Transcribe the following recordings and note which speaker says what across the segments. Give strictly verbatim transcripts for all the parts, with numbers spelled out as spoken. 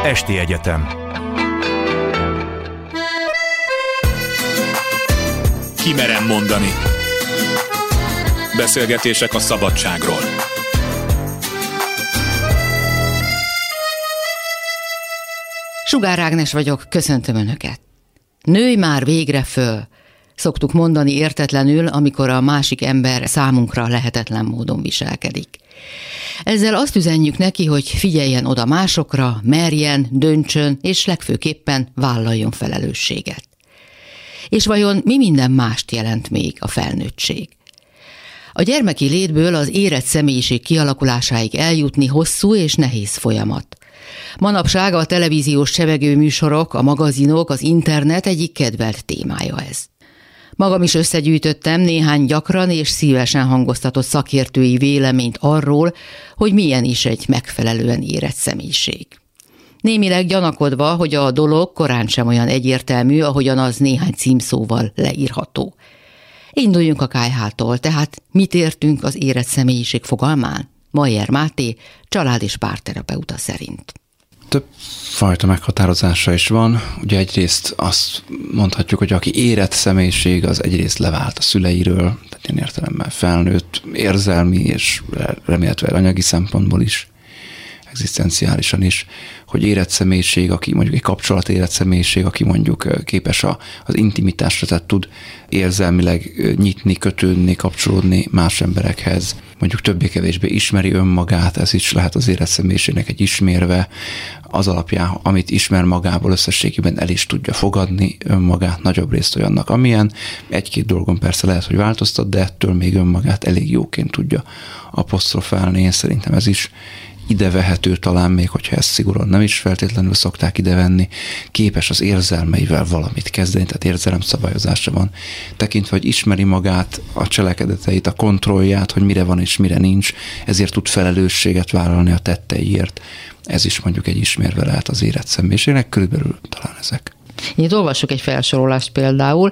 Speaker 1: Esti Egyetem.
Speaker 2: Ki merem mondani. Beszélgetések a szabadságról.
Speaker 3: Sugár Ágnes vagyok, köszöntöm Önöket. Nőj már végre föl, szoktuk mondani értetlenül, amikor a másik ember számunkra lehetetlen módon viselkedik. Ezzel azt üzenjük neki, hogy figyeljen oda másokra, merjen, döntsön, és legfőképpen vállaljon felelősséget. És vajon mi minden mást jelent még a felnőttség? A gyermeki létből az érett személyiség kialakulásáig eljutni hosszú és nehéz folyamat. Manapság a televíziós csevegő műsorok, a magazinok, az internet egyik kedvelt témája ez. Magam is összegyűjtöttem néhány gyakran és szívesen hangoztatott szakértői véleményt arról, hogy milyen is egy megfelelően érett személyiség. Némileg gyanakodva, hogy a dolog korán sem olyan egyértelmű, ahogyan az néhány címszóval leírható. Induljunk a kályhától, tehát mit értünk az érett személyiség fogalmán? Mayer Máté, család- és párterapeuta szerint.
Speaker 4: Több fajta meghatározása is van. Ugye egyrészt azt mondhatjuk, hogy aki érett személyiség, az egyrészt levált a szüleiről, tehát ilyen értelemben felnőtt, érzelmi és remélhetőleg anyagi szempontból is, egzisztenciálisan is, hogy érett személyiség, aki mondjuk egy kapcsolat érett személyiség, aki mondjuk képes a, az intimitásra, tehát tud érzelmileg nyitni, kötődni, kapcsolódni más emberekhez, mondjuk többé-kevésbé ismeri önmagát, ez is lehet az érett személyiségnek egy ismérve, az alapján, amit ismer magából összességében el is tudja fogadni önmagát, nagyobb részt olyannak, amilyen. Egy-két dolgon persze lehet, hogy változtat, de ettől még önmagát elég jóként tudja apostrofálni, én szerintem ez is idevehető talán még, hogyha ezt szigorúan nem is feltétlenül szokták idevenni, képes az érzelmeivel valamit kezdeni, tehát érzelemszabályozásra van tekintve, hogy ismeri magát, a cselekedeteit, a kontrollját, hogy mire van és mire nincs, ezért tud felelősséget vállalni a tetteiért. Ez is mondjuk egy ismérve lehet az érett személyiségnek, körülbelül talán ezek.
Speaker 3: Itt olvassuk egy felsorolást például.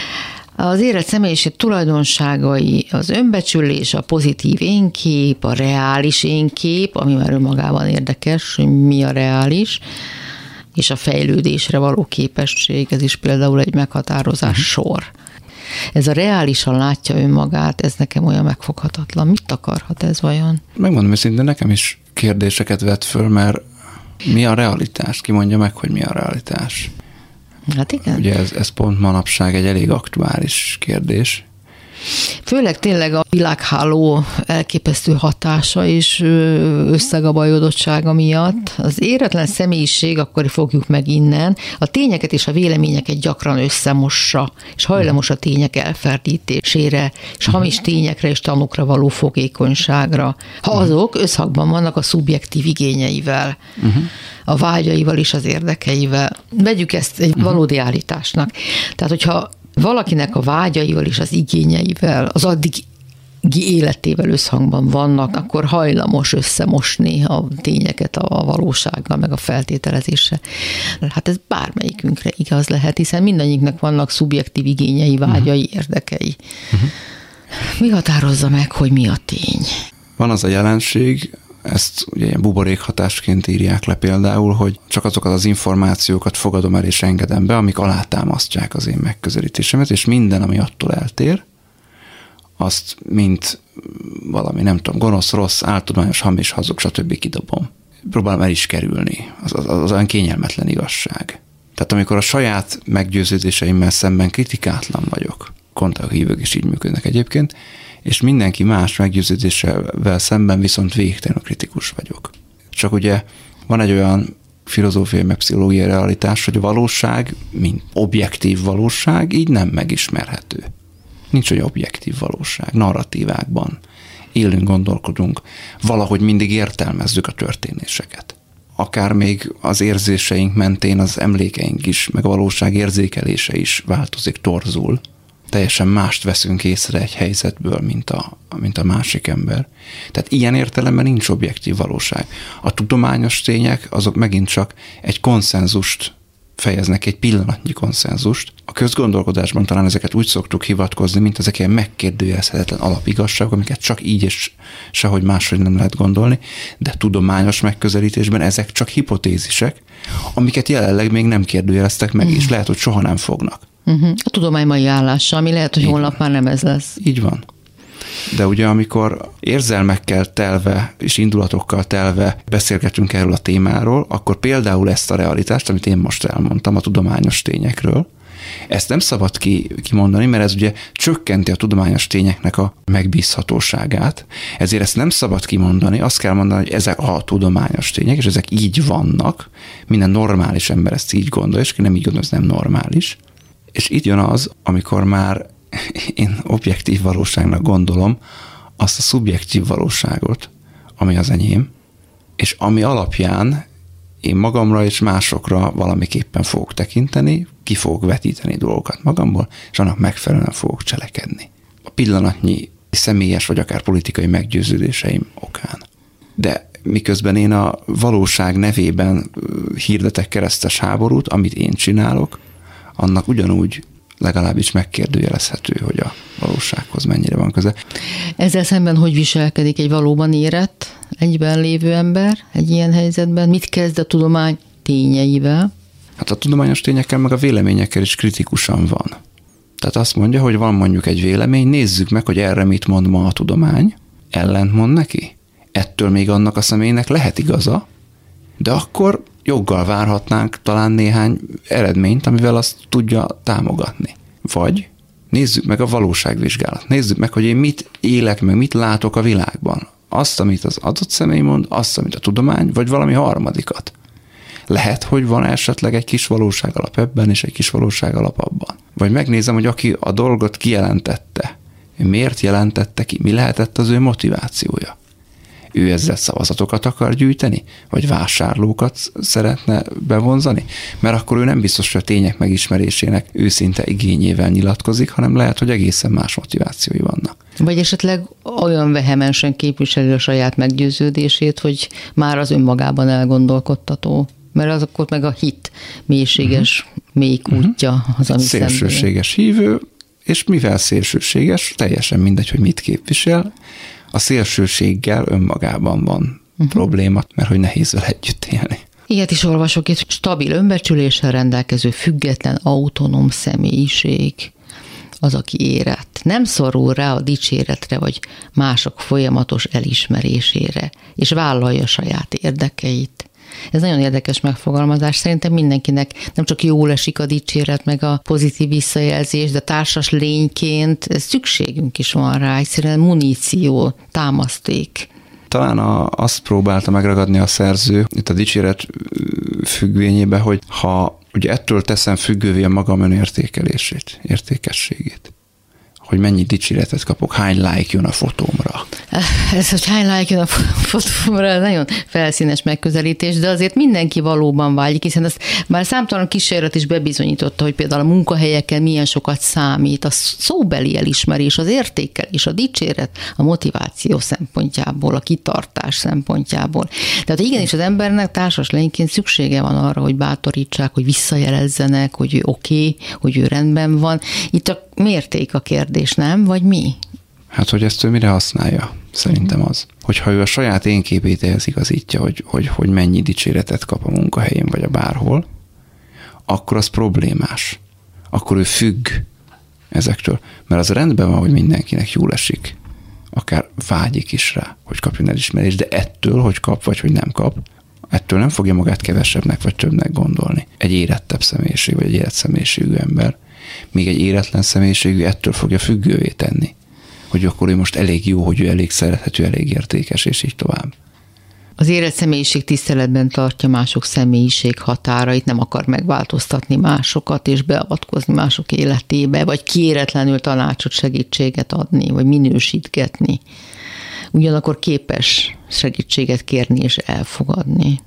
Speaker 3: Az érett személyiség tulajdonságai az önbecsülés, a pozitív énkép, a reális énkép, ami már önmagában érdekes, hogy mi a reális, és a fejlődésre való képesség, ez is például egy meghatározás sor. Ez a reálisan látja önmagát, ez nekem olyan megfoghatatlan. Mit akarhat ez vajon?
Speaker 4: Megmondom őszintén, nekem is kérdéseket vet föl, mert mi a realitás? Ki mondja meg, hogy mi a realitás?
Speaker 3: Hát igen.
Speaker 4: Ugye ez, ez pont manapság egy elég aktuális kérdés.
Speaker 3: Főleg tényleg a világháló elképesztő hatása és összegabajodottsága miatt. Az éretlen személyiség, akkor fogjuk meg innen, a tényeket és a véleményeket gyakran összemossa, és hajlamos a tények elferdítésére, és hamis tényekre és tanúkra való fogékonyságra, ha azok összhangban vannak a szubjektív igényeivel, uh-huh. a vágyaival és az érdekeivel. Vegyük ezt egy valódi állításnak. Tehát, hogyha valakinek a vágyaival és az igényeivel, az addigi életével összhangban vannak, akkor hajlamos összemosni a tényeket a valósággal, meg a feltételezéssel. Hát ez bármelyikünkre igaz lehet, hiszen mindannyiunknak vannak szubjektív igényei, vágyai, uh-huh. érdekei. Uh-huh. Mi határozza meg, hogy mi a tény?
Speaker 4: Van az a jelenség, ezt ugye ilyen buborékhatásként írják le például, hogy csak azokat az információkat fogadom el és engedem be, amik alátámasztják az én megközelítésemet, és minden, ami attól eltér, azt mint valami, nem tudom, gonosz, rossz, áltudományos, hamis, hazug, stb. Kidobom. Próbálom el is kerülni. Az, az, az olyan kényelmetlen igazság. Tehát amikor a saját meggyőződéseimmel szemben kritikátlan vagyok, kontaktívők is így működnek egyébként, és mindenki más meggyőződésével szemben viszont végtelenül kritikus vagyok. Csak ugye van egy olyan filozófiai meg pszichológiai realitás, hogy a valóság, mint objektív valóság, így nem megismerhető. Nincs olyan objektív valóság. Narratívákban élünk, gondolkodunk, valahogy mindig értelmezzük a történéseket. Akár még az érzéseink mentén az emlékeink is, meg a valóság érzékelése is változik, torzul. Teljesen mást veszünk észre egy helyzetből, mint a, mint a másik ember. Tehát ilyen értelemben nincs objektív valóság. A tudományos tények azok megint csak egy konszenzust fejeznek egy pillanatnyi konszenzust. A közgondolkodásban talán ezeket úgy szoktuk hivatkozni, mint ezek ilyen megkérdőjelezhetetlen alapigazságok, amiket csak így és sehogy máshogy nem lehet gondolni, de tudományos megközelítésben ezek csak hipotézisek, amiket jelenleg még nem kérdőjeleztek meg, uh-huh. és lehet, hogy soha nem fognak.
Speaker 3: Uh-huh. A tudomány mai állása, ami lehet, hogy így holnap van. Már nem ez lesz.
Speaker 4: Így van. De ugye amikor érzelmekkel telve és indulatokkal telve beszélgetünk erről a témáról, akkor például ezt a realitást, amit én most elmondtam a tudományos tényekről, ezt nem szabad ki, kimondani, mert ez ugye csökkenti a tudományos tényeknek a megbízhatóságát, ezért ezt nem szabad kimondani, azt kell mondani, hogy ezek a tudományos tények, és ezek így vannak, minden normális ember ezt így gondolja, és ki nem így gondolja, ez nem normális. És itt jön az, amikor már én objektív valóságnak gondolom azt a szubjektív valóságot, ami az enyém, és ami alapján én magamra és másokra valamiképpen fogok tekinteni, ki fogok vetíteni dolgokat magamból, és annak megfelelően fogok cselekedni. A pillanatnyi személyes vagy akár politikai meggyőződéseim okán. De miközben én a valóság nevében hirdetek keresztes háborút, amit én csinálok, annak ugyanúgy legalábbis megkérdőjelezhető, hogy a valósághoz mennyire van köze.
Speaker 3: Ezzel szemben hogy viselkedik egy valóban érett, egyben lévő ember egy ilyen helyzetben? Mit kezd a tudomány tényeivel?
Speaker 4: Hát a tudományos tényekkel meg a véleményekkel is kritikusan van. Tehát azt mondja, hogy van mondjuk egy vélemény, nézzük meg, hogy erre mit mond ma a tudomány, ellentmond neki. Ettől még annak a személynek lehet igaza, de akkor joggal várhatnánk talán néhány eredményt, amivel azt tudja támogatni. Vagy nézzük meg a valóságvizsgálat. Nézzük meg, hogy én mit élek, meg mit látok a világban. Azt, amit az adott személy mond, azt, amit a tudomány, vagy valami harmadikat. Lehet, hogy van esetleg egy kis valóságalap ebben, és egy kis valóságalap abban. Vagy megnézem, hogy aki a dolgot kijelentette, miért jelentette ki, mi lehetett az ő motivációja. Ő ezzel szavazatokat akar gyűjteni, vagy vásárlókat szeretne bevonzani, mert akkor ő nem biztos, hogy a tények megismerésének őszinte igényével nyilatkozik, hanem lehet, hogy egészen más motivációi vannak.
Speaker 3: Vagy esetleg olyan vehemensen képviseli a saját meggyőződését, hogy már az önmagában elgondolkodtató, mert az akkor meg a hit mélységes, uh-huh. mély útja uh-huh. az, ami
Speaker 4: szélsőséges hívő, és mivel szélsőséges, teljesen mindegy, hogy mit képvisel, a szélsőséggel önmagában van uh-huh. probléma, mert hogy nehéz vele együtt élni.
Speaker 3: Ilyet is olvasok itt, stabil önbecsüléssel rendelkező, független, autonóm személyiség az, aki érett. Nem szorul rá a dicséretre, vagy mások folyamatos elismerésére, és vállalja saját érdekeit. Ez nagyon érdekes megfogalmazás. Szerintem mindenkinek nem csak jól esik a dicséret, meg a pozitív visszajelzés, de társas lényként szükségünk is van rá, egyszerűen muníció, támaszték.
Speaker 4: Talán a, azt próbálta megragadni a szerző itt a dicséret függvényébe, hogy ha ugye ettől teszem függővé a magam önértékelését, értékességét, hogy mennyi dicséretet kapok, hány like jön a fotómra.
Speaker 3: Ez, hogy hány like jön a fotómra, ez nagyon felszínes megközelítés, de azért mindenki valóban vágyik, hiszen ezt már számtalan kísérlet is bebizonyította, hogy például a munkahelyeken milyen sokat számít, a szóbeli elismerés, az értékelés, a dicséret, a motiváció szempontjából, a kitartás szempontjából. Tehát igenis az embernek társas lényként szüksége van arra, hogy bátorítsák, hogy visszajelezzenek, hogy ő oké, okay, hogy ő rendben van. Itt a mérték a kérdés, nem? Vagy mi?
Speaker 4: Hát, hogy ezt ő mire használja, szerintem az. Hogyha ő a saját énképét ehhez igazítja, hogy, hogy, hogy mennyi dicséretet kap a munkahelyén, vagy a bárhol, akkor az problémás. Akkor ő függ ezektől. Mert az rendben van, hogy mindenkinek jól esik. Akár vágyik is rá, hogy kapjon elismerést, de ettől, hogy kap, vagy hogy nem kap, ettől nem fogja magát kevesebbnek, vagy többnek gondolni. Egy érettebb személyiség, vagy egy érett személyiségű ember. Még egy éretlen személyiségű ettől fogja függővé tenni, hogy akkor ő most elég jó, hogy ő elég szerethető, elég értékes, és így tovább.
Speaker 3: Az érett személyiség tiszteletben tartja mások személyiség határait, nem akar megváltoztatni másokat, és beavatkozni mások életébe, vagy kiéretlenül tanácsot, segítséget adni, vagy minősítgetni. Ugyanakkor képes segítséget kérni és elfogadni.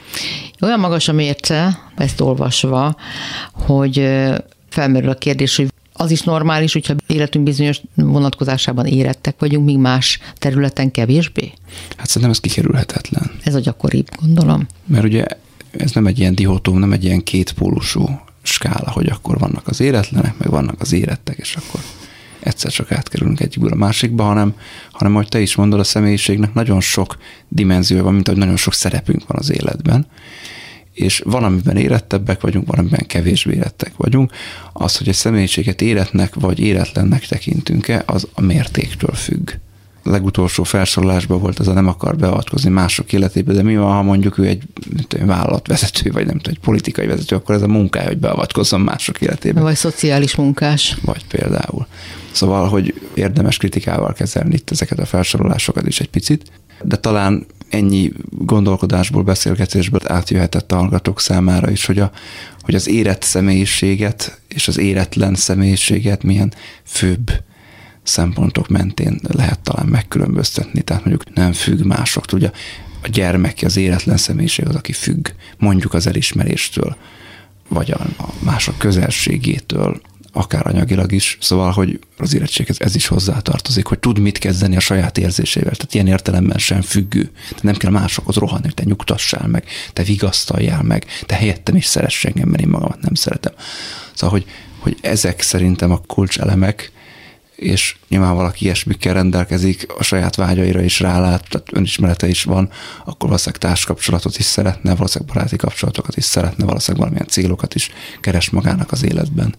Speaker 3: Olyan magas a mérce, ezt olvasva, hogy felmerül a kérdés, hogy az is normális, hogyha életünk bizonyos vonatkozásában érettek vagyunk, míg más területen kevésbé?
Speaker 4: Hát szerintem ez kikerülhetetlen.
Speaker 3: Ez a gyakoribb, gondolom.
Speaker 4: Mert ugye ez nem egy ilyen dihotóm, nem egy ilyen kétpólusú skála, hogy akkor vannak az éretlenek, meg vannak az érettek, és akkor egyszer csak átkerülünk egyikből a másikba, hanem, hanem ahogy te is mondod, a személyiségnek nagyon sok dimenzió van, mint ahogy nagyon sok szerepünk van az életben, és van, amiben érettebbek vagyunk, van, amiben kevésbé érettek vagyunk. Az, hogy egy személyiséget éretnek vagy éretlennek tekintünk-e, az a mértéktől függ. A legutolsó felsorolásban volt az a nem akar beavatkozni mások életébe, de mi van, ha mondjuk ő egy tudom, vállalatvezető, vagy nem tudom, egy politikai vezető, akkor ez a munkája, hogy beavatkozzon mások életébe.
Speaker 3: Vagy szociális munkás.
Speaker 4: Vagy például. Szóval, hogy érdemes kritikával kezelni itt ezeket a felsorolásokat is egy picit, de talán ennyi gondolkodásból, beszélgetésből átjöhetett a hallgatók számára is, hogy, a, hogy az érett személyiséget és az éretlen személyiséget milyen főbb szempontok mentén lehet talán megkülönböztetni. Tehát mondjuk nem függ másoktól. Ugye a gyermek, az éretlen személyiség az, aki függ mondjuk az elismeréstől, vagy a mások közelségétől, akár anyagilag is, szóval, hogy az érettséghez ez is hozzátartozik, hogy tud mit kezdeni a saját érzésével, tehát ilyen értelemben sem függő. Tehát nem kell másokhoz rohanni, hogy te nyugtassál meg, te vigasztaljál meg, te helyettem is szeress engem, mert én magamat nem szeretem. Szóval, hogy, hogy ezek szerintem a kulcselemek, és nyilván valaki ilyesmikkel rendelkezik, a saját vágyaira is rálát, tehát önismerete is van, akkor valószínűleg társkapcsolatot is szeretne, valószínűleg baráti kapcsolatokat is szeretne, valószínűleg valamilyen célokat is keres magának az életben.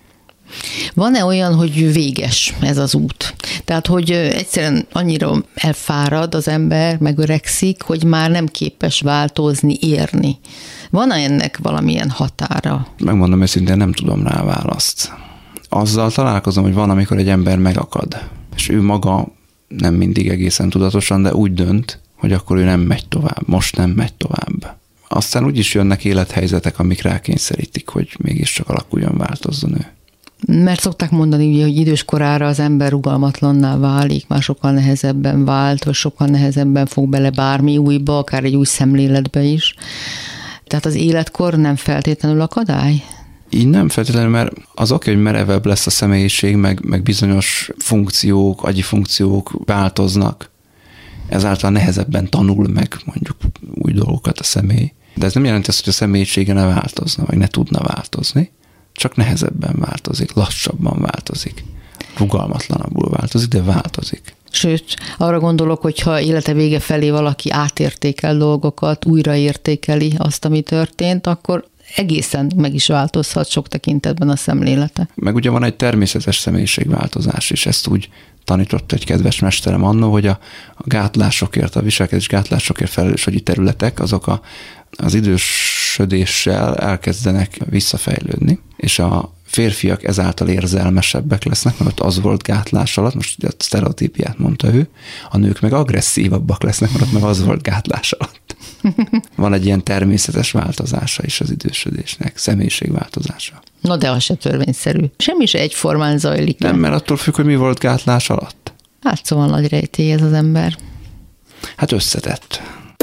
Speaker 3: Van-e olyan, hogy véges ez az út? Tehát, hogy egyszerűen annyira elfárad az ember, megöregszik, hogy már nem képes változni, érni. Van-e ennek valamilyen határa?
Speaker 4: Megmondom őszintén, nem tudom rá választ. Azzal találkozom, hogy van, amikor egy ember megakad, és ő maga nem mindig egészen tudatosan, de úgy dönt, hogy akkor ő nem megy tovább, most nem megy tovább. Aztán úgy is jönnek élethelyzetek, amik rákényszerítik, hogy mégiscsak alakuljon, változzon ő.
Speaker 3: Mert szokták mondani, hogy idős korára az ember rugalmatlanná válik, már sokkal nehezebben vált, vagy sokkal nehezebben fog bele bármi újba, akár egy új szemléletbe is. Tehát az életkor nem feltétlenül akadály?
Speaker 4: Így nem feltétlenül, mert az oké, hogy merevebb lesz a személyiség, meg, meg bizonyos funkciók, agyi funkciók változnak, ezáltal nehezebben tanul meg mondjuk új dolgokat a személy. De ez nem jelenti azt, hogy a személyisége ne változna, vagy ne tudna változni, csak nehezebben változik, lassabban változik, rugalmatlanabbul változik, de változik.
Speaker 3: Sőt, arra gondolok, hogy ha élete vége felé valaki átértékel dolgokat, újraértékeli azt, ami történt, akkor egészen meg is változhat sok tekintetben a szemlélete. Meg
Speaker 4: ugye van egy természetes személyiségváltozás is, ezt úgy tanított egy kedves mesterem annó, hogy a, a gátlásokért, a viselkedés gátlásokért felelős agyi területek, azok a, az idősödéssel elkezdenek visszafejlődni, és a férfiak ezáltal érzelmesebbek lesznek, mert az volt gátlás alatt, most ugye a sztereotípiát mondta ő, a nők meg agresszívabbak lesznek, mert ott meg az volt gátlás alatt. Van egy ilyen természetes változása is az idősödésnek, személyiségváltozása.
Speaker 3: Na de az se törvényszerű. Semmi se egyformán zajlik.
Speaker 4: Nem, mert attól függ, hogy mi volt gátlás alatt.
Speaker 3: Hát szóval nagy rejtély ez az ember.
Speaker 4: Hát összetett.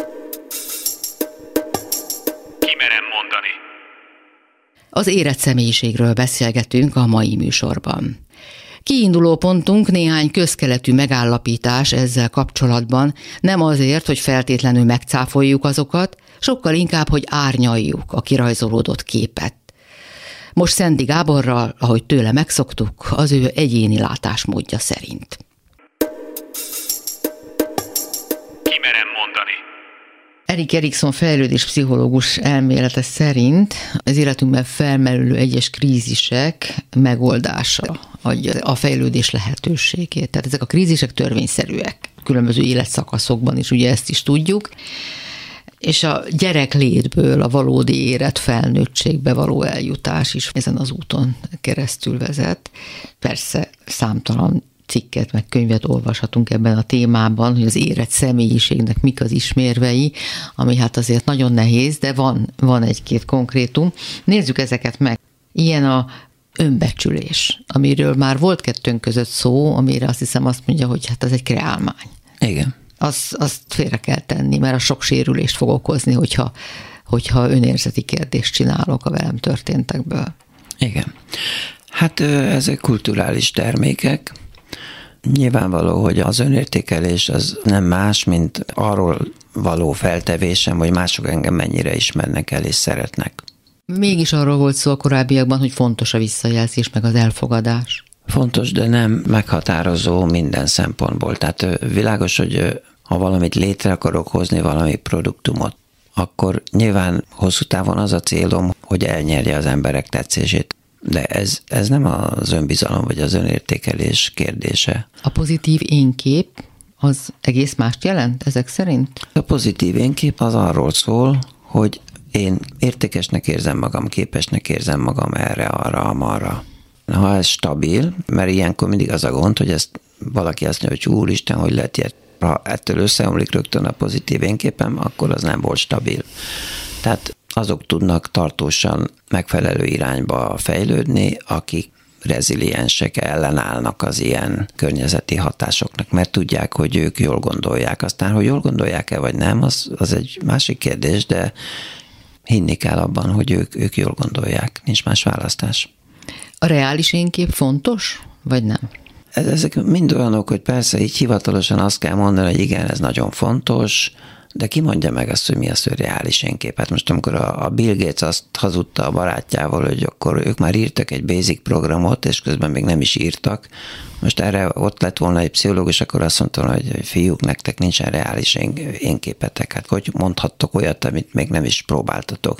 Speaker 2: Kimerem mondani.
Speaker 3: Az érett személyiségről beszélgetünk a mai műsorban. Kiinduló pontunk néhány közkeletű megállapítás ezzel kapcsolatban, nem azért, hogy feltétlenül megcáfoljuk azokat, sokkal inkább, hogy árnyaljuk a kirajzolódott képet. Most Szendi Gáborral, ahogy tőle megszoktuk, az ő egyéni látásmódja szerint.
Speaker 2: Kimerem mondani.
Speaker 3: Erik Erikson fejlődéspszichológus elmélete szerint az életünkben felmerülő egyes krízisek megoldása adja a fejlődés lehetőségét. Tehát ezek a krízisek törvényszerűek. Különböző életszakaszokban is, ugye ezt is tudjuk. És a gyereklétből a valódi érett felnőttségbe való eljutás is ezen az úton keresztül vezet. Persze számtalan cikket, meg könyvet olvashatunk ebben a témában, hogy az érett személyiségnek mik az ismérvei, ami hát azért nagyon nehéz, de van, van egy-két konkrétum. Nézzük ezeket meg. Ilyen a önbecsülés, amiről már volt kettőnk között szó, amire azt hiszem azt mondja, hogy hát az egy kreálmány.
Speaker 1: Igen.
Speaker 3: Az, azt félre kell tenni, mert a sok sérülést fog okozni, hogyha, hogyha önérzeti kérdést csinálok a velem történtekből.
Speaker 1: Igen. Hát ezek kulturális termékek, Nyilvánvaló, hogy az önértékelés az nem más, mint arról való feltevésem, hogy mások engem mennyire ismernek el és szeretnek.
Speaker 3: Mégis arról volt szó a korábbiakban, hogy fontos a visszajelzés meg az elfogadás.
Speaker 1: Fontos, de nem meghatározó minden szempontból. Tehát világos, hogy ha valamit létre akarok hozni, valami produktumot, akkor nyilván hosszú távon az a célom, hogy elnyerje az emberek tetszését. De ez, ez nem az önbizalom vagy az önértékelés kérdése.
Speaker 3: A pozitív énkép az egész mást jelent ezek szerint?
Speaker 1: A pozitív énkép az arról szól, hogy én értékesnek érzem magam, képesnek érzem magam erre, arra, amarra. Ha ez stabil, mert ilyenkor mindig az a gond, hogy ezt valaki azt mondja, hogy úristen, hogy lehet ilyet. Ha ettől összeomlik rögtön a pozitív énképem, akkor az nem volt stabil. Tehát azok tudnak tartósan megfelelő irányba fejlődni, akik reziliensek, ellenállnak az ilyen környezeti hatásoknak, mert tudják, hogy ők jól gondolják. Aztán, hogy jól gondolják-e vagy nem, az, az egy másik kérdés, de hinni kell abban, hogy ők, ők jól gondolják. Nincs más választás.
Speaker 3: A reális énkép fontos, vagy nem?
Speaker 1: Ezek mind olyanok, hogy persze így hivatalosan azt kell mondani, hogy igen, ez nagyon fontos, de ki mondja meg azt, hogy mi az, hogy reális énkép? Hát most amikor a Bill Gates azt hazudta a barátjával, hogy akkor ők már írtak egy basic programot, és közben még nem is írtak. Most erre ott lett volna egy pszichológus, akkor azt mondta, hogy fiúk, nektek nincsen reális énképetek. Hát hogy mondhattok olyat, amit még nem is próbáltatok?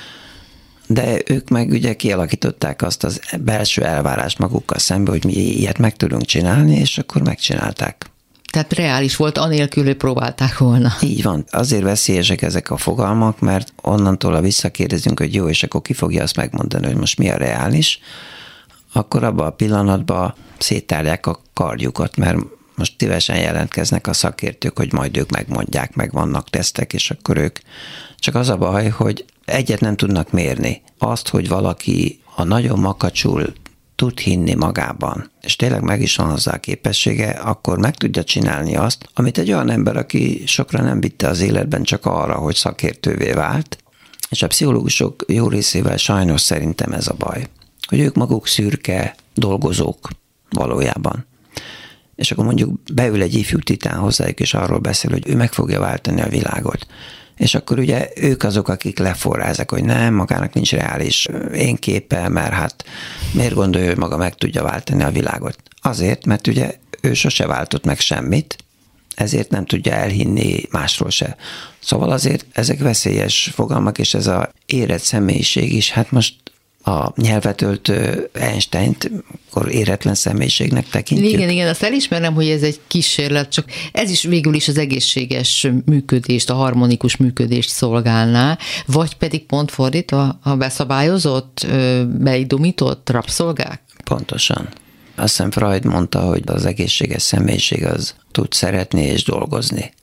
Speaker 1: De ők meg ugye kialakították azt az belső elvárást magukkal szembe, hogy mi ilyet meg tudunk csinálni, és akkor megcsinálták.
Speaker 3: Tehát reális volt, anélkül, hogy próbálták volna.
Speaker 1: Így van. Azért veszélyesek ezek a fogalmak, mert onnantól, ha visszakérdezünk, hogy jó, és akkor ki fogja azt megmondani, hogy most mi a reális, akkor abban a pillanatban széttárják a kardjukat, mert most szívesen jelentkeznek a szakértők, hogy majd ők megmondják, meg vannak tesztek, és akkor ők. Csak az a baj, hogy egyet nem tudnak mérni. Azt, hogy valaki a nagyon makacsul tud hinni magában, és tényleg meg is van hozzá a képessége, akkor meg tudja csinálni azt, amit egy olyan ember, aki sokra nem vitte az életben csak arra, hogy szakértővé vált, és a pszichológusok jó részével sajnos szerintem ez a baj, hogy ők maguk szürke dolgozók valójában. És akkor mondjuk beül egy ifjú titán hozzájuk, és arról beszél, hogy ő meg fogja váltani a világot. És akkor ugye ők azok, akik leforrázzák, hogy nem, magának nincs reális énképe, mert hát miért gondolja, hogy maga meg tudja váltani a világot? Azért, mert ugye ő sose váltott meg semmit, ezért nem tudja elhinni másról se. Szóval azért ezek veszélyes fogalmak, és ez az érett személyiség is, hát most a nyelvet öltő Einsteint akkor éretlen személyiségnek tekintjük.
Speaker 3: Igen, igen, azt elismerem, hogy ez egy kísérlet, csak ez is végül is az egészséges működést, a harmonikus működést szolgálná, vagy pedig pont fordítva a beszabályozott, beidomított rabszolgák?
Speaker 1: Pontosan. Azt hiszem Freud mondta, hogy az egészséges személyiség az tud szeretni és dolgozni.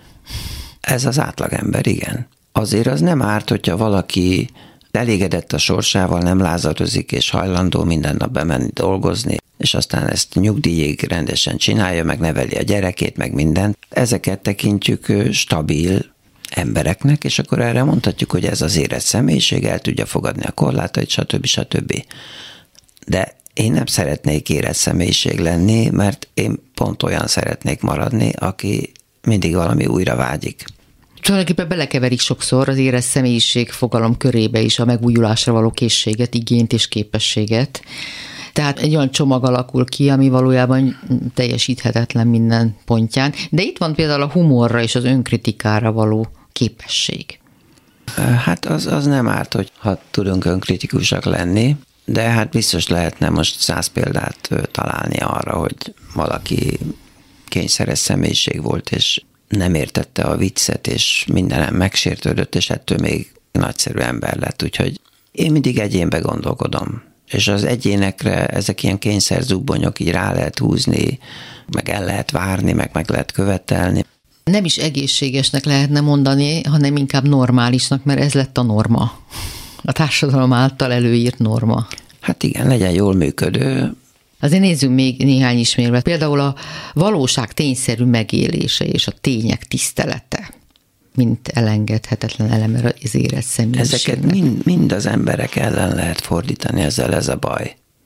Speaker 1: Ez az átlagember, igen. Azért az nem árt, hogyha valaki elégedett a sorsával, nem lázadozik, és hajlandó minden nap bemenni dolgozni, és aztán ezt nyugdíjig rendesen csinálja, meg neveli a gyerekét, meg mindent. Ezeket tekintjük stabil embereknek, és akkor erre mondhatjuk, hogy ez az érett személyiség, el tudja fogadni a korlátait, stb. stb. De én nem szeretnék érett személyiség lenni, mert én pont olyan szeretnék maradni, aki mindig valami újra vágyik.
Speaker 3: Tulajdonképpen belekeverik sokszor az érett személyiség fogalom körébe is a megújulásra való készséget, igényt és képességet. Tehát egy olyan csomag alakul ki, ami valójában teljesíthetetlen minden pontján. De itt van például a humorra és az önkritikára való képesség.
Speaker 1: Hát az, az nem árt, hogy ha tudunk önkritikusak lenni, de hát biztos lehetne most száz példát találni arra, hogy valaki kényszeres személyiség volt, és nem értette a viccet, és mindenem megsértődött, és ettől még nagyszerű ember lett. Úgyhogy én mindig egyénbe gondolkodom. És az egyénekre ezek ilyen kényszerzubbonyok így rá lehet húzni, meg el lehet várni, meg meg lehet követelni.
Speaker 3: Nem is egészségesnek lehetne mondani, hanem inkább normálisnak, mert ez lett a norma. A társadalom által előírt norma.
Speaker 1: Hát igen, legyen jól működő.
Speaker 3: Azért nézzünk még néhány ismérvet. Például a valóság tényszerű megélése és a tények tisztelete, mint elengedhetetlen eleme az érett személyiségnek.
Speaker 1: Ezeket mind, mind az emberek ellen lehet fordítani, ezzel ez a baj.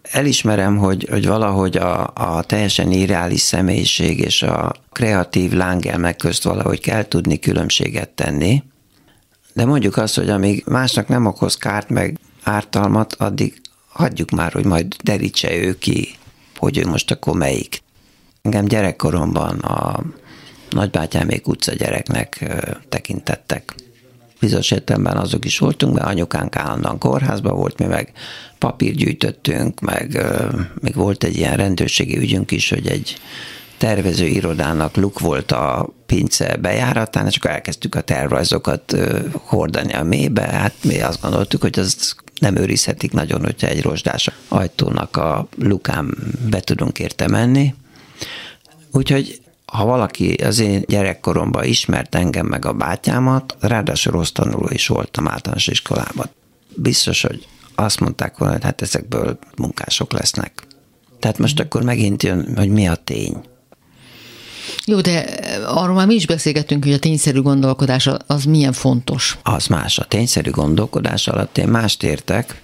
Speaker 1: elismerem, hogy, hogy valahogy a, a teljesen irreális személyiség és a kreatív lángelmek közt valahogy kell tudni különbséget tenni, de mondjuk azt, hogy amíg másnak nem okoz kárt meg ártalmat, addig hagyjuk már, hogy majd derítse ő ki, hogy ő most akkor melyik. Engem gyerekkoromban a nagybátyámék utca gyereknek tekintettek. Bizonyos értelemben azok is voltunk, mert anyukánk állandóan kórházban volt, mi meg papírt gyűjtöttünk, meg még volt egy ilyen rendőrségi ügyünk is, hogy egy tervező irodának luk volt a pince bejáratán, és akkor elkezdtük a tervrajzokat hordani a mélybe. Hát mi azt gondoltuk, hogy az nem őrizhetik nagyon, hogyha egy rozsdás ajtónak a lukán be tudunk érte menni. Úgyhogy ha valaki az én gyerekkoromban ismert engem meg a bátyámat, ráadásul rossz tanuló is voltam általános iskolában. Biztos, hogy azt mondták volna, hogy hát ezekből munkások lesznek. Tehát most akkor megint jön, hogy mi a tény.
Speaker 3: Jó, de arról már mi is beszélgettünk, hogy a tényszerű gondolkodás az milyen fontos.
Speaker 1: Az más. A tényszerű gondolkodás alatt én mást értek.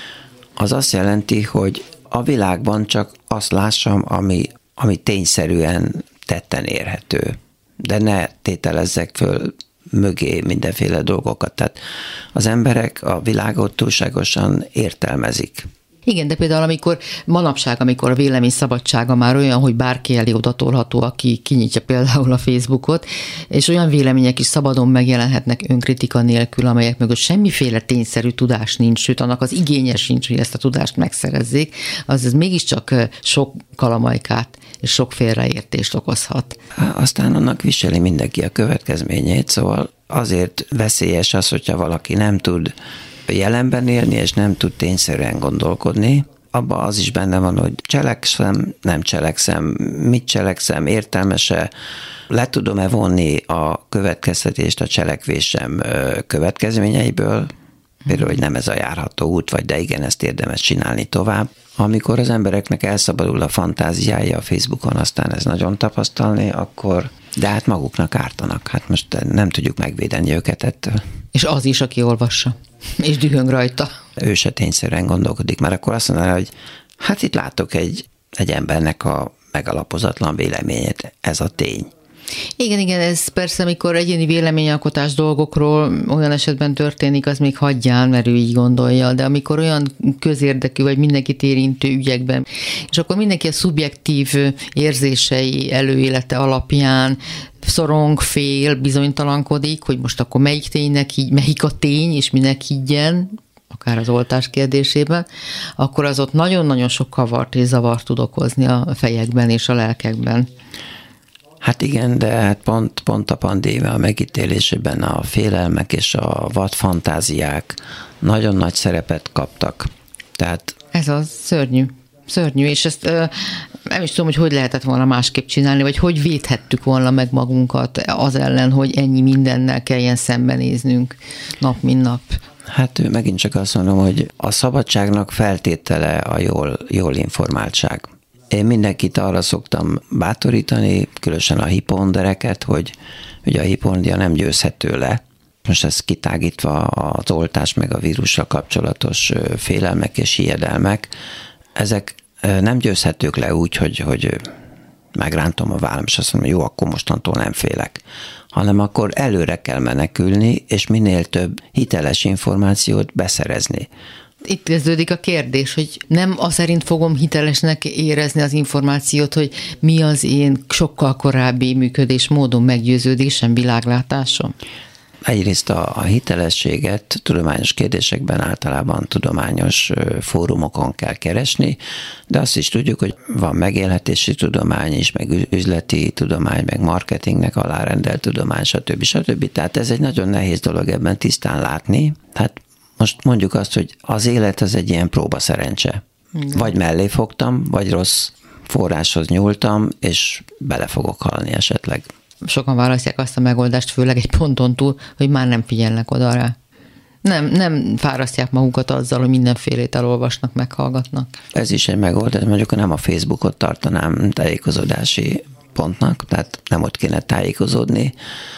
Speaker 1: Az azt jelenti, hogy a világban csak azt lássam, ami, ami tényszerűen tetten érhető. De ne tételezzek föl mögé mindenféle dolgokat. Tehát az emberek a világot túlságosan értelmezik.
Speaker 3: Igen, de például amikor manapság, amikor a vélemény szabadsága már olyan, hogy bárki elé odatolható, aki kinyitja például a Facebookot, és olyan vélemények is szabadon megjelenhetnek önkritika nélkül, amelyek mögött semmiféle tényszerű tudás nincs, sőt, annak az igénye sincs, hogy ezt a tudást megszerezzék, az ez mégiscsak sok kalamajkát és sok félreértést okozhat.
Speaker 1: Aztán annak viseli mindenki a következményét, szóval azért veszélyes az, hogyha valaki nem tud jelenben élni, és nem tud tényszerűen gondolkodni. Abban az is benne van, hogy cselekszem, nem cselekszem, mit cselekszem, értelmese, le tudom-e vonni a következtetést a cselekvésem következményeiből, például, hogy nem ez a járható út, vagy de igen, ezt érdemes csinálni tovább. Amikor az embereknek elszabadul a fantáziája a Facebookon, aztán ez nagyon tapasztalni, akkor de hát maguknak ártanak. Hát most nem tudjuk megvédeni őket ettől.
Speaker 3: És az is, aki olvassa, és dühöng rajta.
Speaker 1: Ő se tényszerűen gondolkodik, mert akkor azt mondaná, hogy hát itt látok egy, egy embernek a megalapozatlan véleményét, ez a tény.
Speaker 3: Igen, igen, ez persze, amikor egyéni véleményalkotás dolgokról olyan esetben történik, az még hagyján, mert ő így gondolja, de amikor olyan közérdekű, vagy mindenkit érintő ügyekben, és akkor mindenki a szubjektív érzései előélete alapján szorong, fél, bizonytalankodik, hogy most akkor melyik ténynek így, melyik a tény, és minek higgyen, akár az oltás kérdésében, akkor az ott nagyon-nagyon sok kavart és zavart tud okozni a fejekben és a lelkekben.
Speaker 1: Hát igen, de hát pont, pont a pandémia megítélésében a félelmek és a vad fantáziák nagyon nagy szerepet kaptak. Tehát
Speaker 3: ez az szörnyű. Szörnyű, és ezt ö, nem is tudom, hogy hogy lehetett volna másképp csinálni, vagy hogy védhettük volna meg magunkat az ellen, hogy ennyi mindennel kelljen szembenéznünk nap, mint nap.
Speaker 1: Hát megint csak azt mondom, hogy a szabadságnak feltétele a jól, jól informáltság. Én mindenkit arra szoktam bátorítani, különösen a hipondereket, hogy ugye a hipondia nem győzhető le. Most ez kitágítva az oltás meg a vírussal kapcsolatos félelmek és hiedelmek, ezek nem győzhetők le úgy, hogy, hogy megrántom a vállam, és azt mondom, jó, akkor mostantól nem félek. Hanem akkor előre kell menekülni, és minél több hiteles információt beszerezni.
Speaker 3: Itt kezdődik a kérdés, hogy nem az szerint fogom hitelesnek érezni az információt, hogy mi az én sokkal korábbi működésmódom, meggyőződésem, világlátásom?
Speaker 1: Egyrészt a, a hitelességet tudományos kérdésekben általában tudományos fórumokon kell keresni, de azt is tudjuk, hogy van megélhetési tudomány is, meg üzleti tudomány, meg marketingnek alárendelt tudomány, stb. stb. Tehát ez egy nagyon nehéz dolog ebben tisztán látni. Hát most mondjuk azt, hogy az élet az egy ilyen próbaszerencse. Vagy mellé fogtam, vagy rossz forráshoz nyúltam, és bele fogok halni esetleg.
Speaker 3: Sokan választják azt a megoldást, főleg egy ponton túl, hogy már nem figyelnek oda rá. Nem, nem fárasztják magukat azzal, hogy mindenfélét elolvasnak, meghallgatnak.
Speaker 1: Ez is egy megoldás, mondjuk nem a Facebookot tartanám tájékozódási pontnak, tehát nem ott kéne tájékozódni,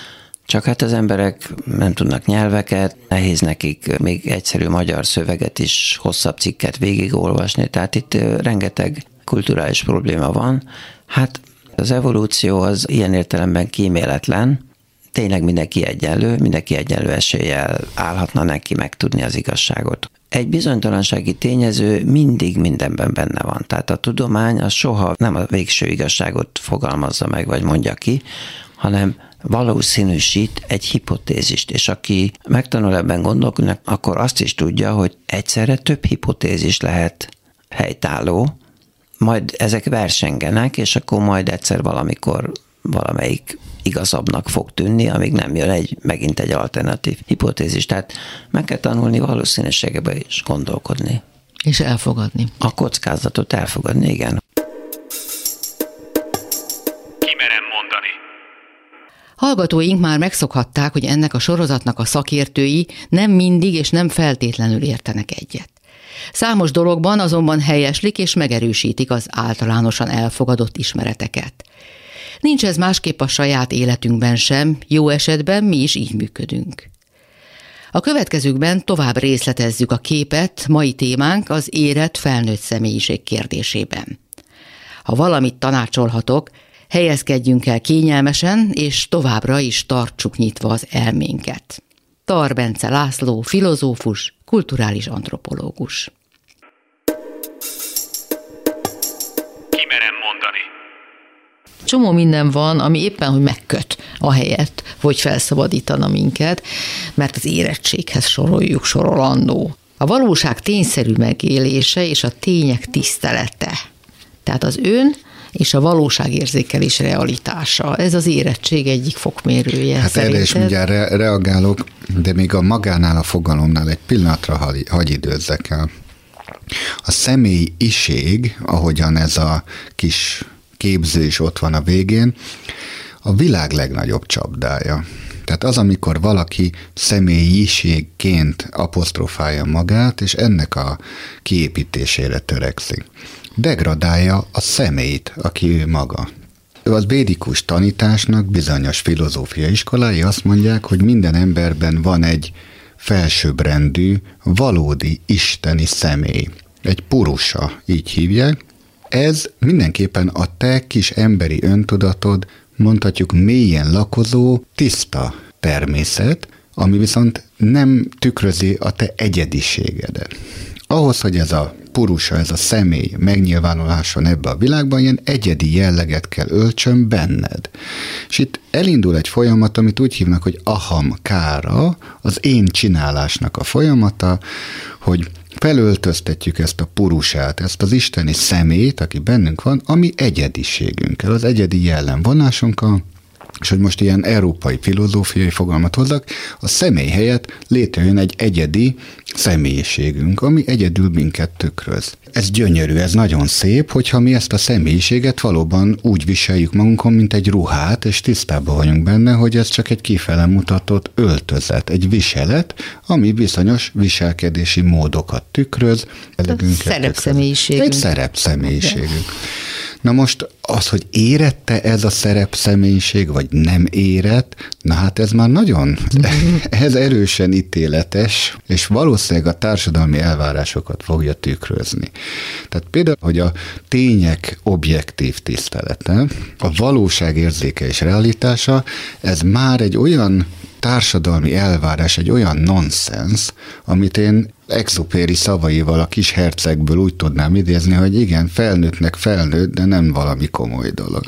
Speaker 1: Csak hát az emberek nem tudnak nyelveket, nehéz nekik még egyszerű magyar szöveget is, hosszabb cikket végigolvasni, tehát itt rengeteg kulturális probléma van. Hát az evolúció az ilyen értelemben kíméletlen, tényleg mindenki egyenlő, mindenki egyenlő eséllyel állhatna neki megtudni az igazságot. Egy bizonytalansági tényező mindig mindenben benne van. Tehát a tudomány az soha nem a végső igazságot fogalmazza meg, vagy mondja ki, hanem valószínűsít egy hipotézist, és aki megtanul ebben gondolkodni, akkor azt is tudja, hogy egyszerre több hipotézis lehet helytálló, majd ezek versengenek, és akkor majd egyszer valamikor valamelyik igazabbnak fog tűnni, amíg nem jön egy, megint egy alternatív hipotézis. Tehát meg kell tanulni valószínűségebe is gondolkodni.
Speaker 3: És elfogadni.
Speaker 1: A kockázatot elfogadni, igen.
Speaker 2: Kimerem mondani.
Speaker 3: Hallgatóink már megszokhatták, hogy ennek a sorozatnak a szakértői nem mindig és nem feltétlenül értenek egyet. Számos dologban azonban helyeslik és megerősítik az általánosan elfogadott ismereteket. Nincs ez másképp a saját életünkben sem, jó esetben mi is így működünk. A következőkben tovább részletezzük a képet, mai témánk az érett felnőtt személyiség kérdésében. Ha valamit tanácsolhatok, helyezkedjünk el kényelmesen, és továbbra is tartsuk nyitva az elménket. Tar Bence László, filozófus, kulturális antropológus.
Speaker 2: Kimerem mondani.
Speaker 3: Csomó minden van, ami éppen, hogy megköt ahelyett, hogy felszabadítana minket, mert az érettséghez soroljuk, sorolandó. A valóság tényszerű megélése és a tények tisztelete. Tehát az ön és a valóságérzékelés realitása. Ez az érettség egyik fokmérője.
Speaker 5: Hát
Speaker 3: szerinted?
Speaker 5: erre is mindjárt re- reagálok, de még a magánál, a fogalomnál egy pillanatra hagy, hagy időzzek el. A személyiség, ahogyan ez a kis képző is ott van a végén, a világ legnagyobb csapdája. Tehát az, amikor valaki személyiségként apostrofálja magát, és ennek a kiépítésére törekszik. Degradálja a személyt, aki ő maga. Az védikus tanításnak bizonyos filozófiai iskolái azt mondják, hogy minden emberben van egy felsőbbrendű, valódi isteni személy. Egy purusa, így hívják. Ez mindenképpen a te kis emberi öntudatod, mondhatjuk mélyen lakozó, tiszta természet, ami viszont nem tükrözi a te egyediségedet. Ahhoz, hogy ez a purusa, ez a személy megnyilvánuláson ebbe a világban, ilyen egyedi jelleget kell öltsön benned. És itt elindul egy folyamat, amit úgy hívnak, hogy aham kára, az én csinálásnak a folyamata, hogy felöltöztetjük ezt a purusát, ezt az isteni szemét, aki bennünk van, ami egyediségünkkel, az egyedi jellemvonásunkkal, és hogy most ilyen európai filozófiai fogalmat hozzak, a személy helyett létrejön egy egyedi személyiségünk, ami egyedül minket tükröz. Ez gyönyörű, ez nagyon szép, hogyha mi ezt a személyiséget valóban úgy viseljük magunkon, mint egy ruhát, és tisztában vagyunk benne, hogy ez csak egy kifele mutatott öltözet, egy viselet, ami bizonyos viselkedési módokat tükröz.
Speaker 3: Szerepszemélyiségünk.
Speaker 5: Egy szerepszemélyiségünk. Na most az, hogy érette ez a szerepszemélyiség, vagy nem érett, na hát ez már nagyon, ez erősen ítéletes, és valószínűleg a társadalmi elvárásokat fogja tükrözni. Tehát például, hogy a tények objektív tisztelete, a valóság érzéke és realitása, ez már egy olyan társadalmi elvárás, egy olyan nonsens, amit én Exupéry szavaival a kis hercegből úgy tudnám idézni, hogy igen, felnőttnek felnőtt, de nem valami komoly dolog.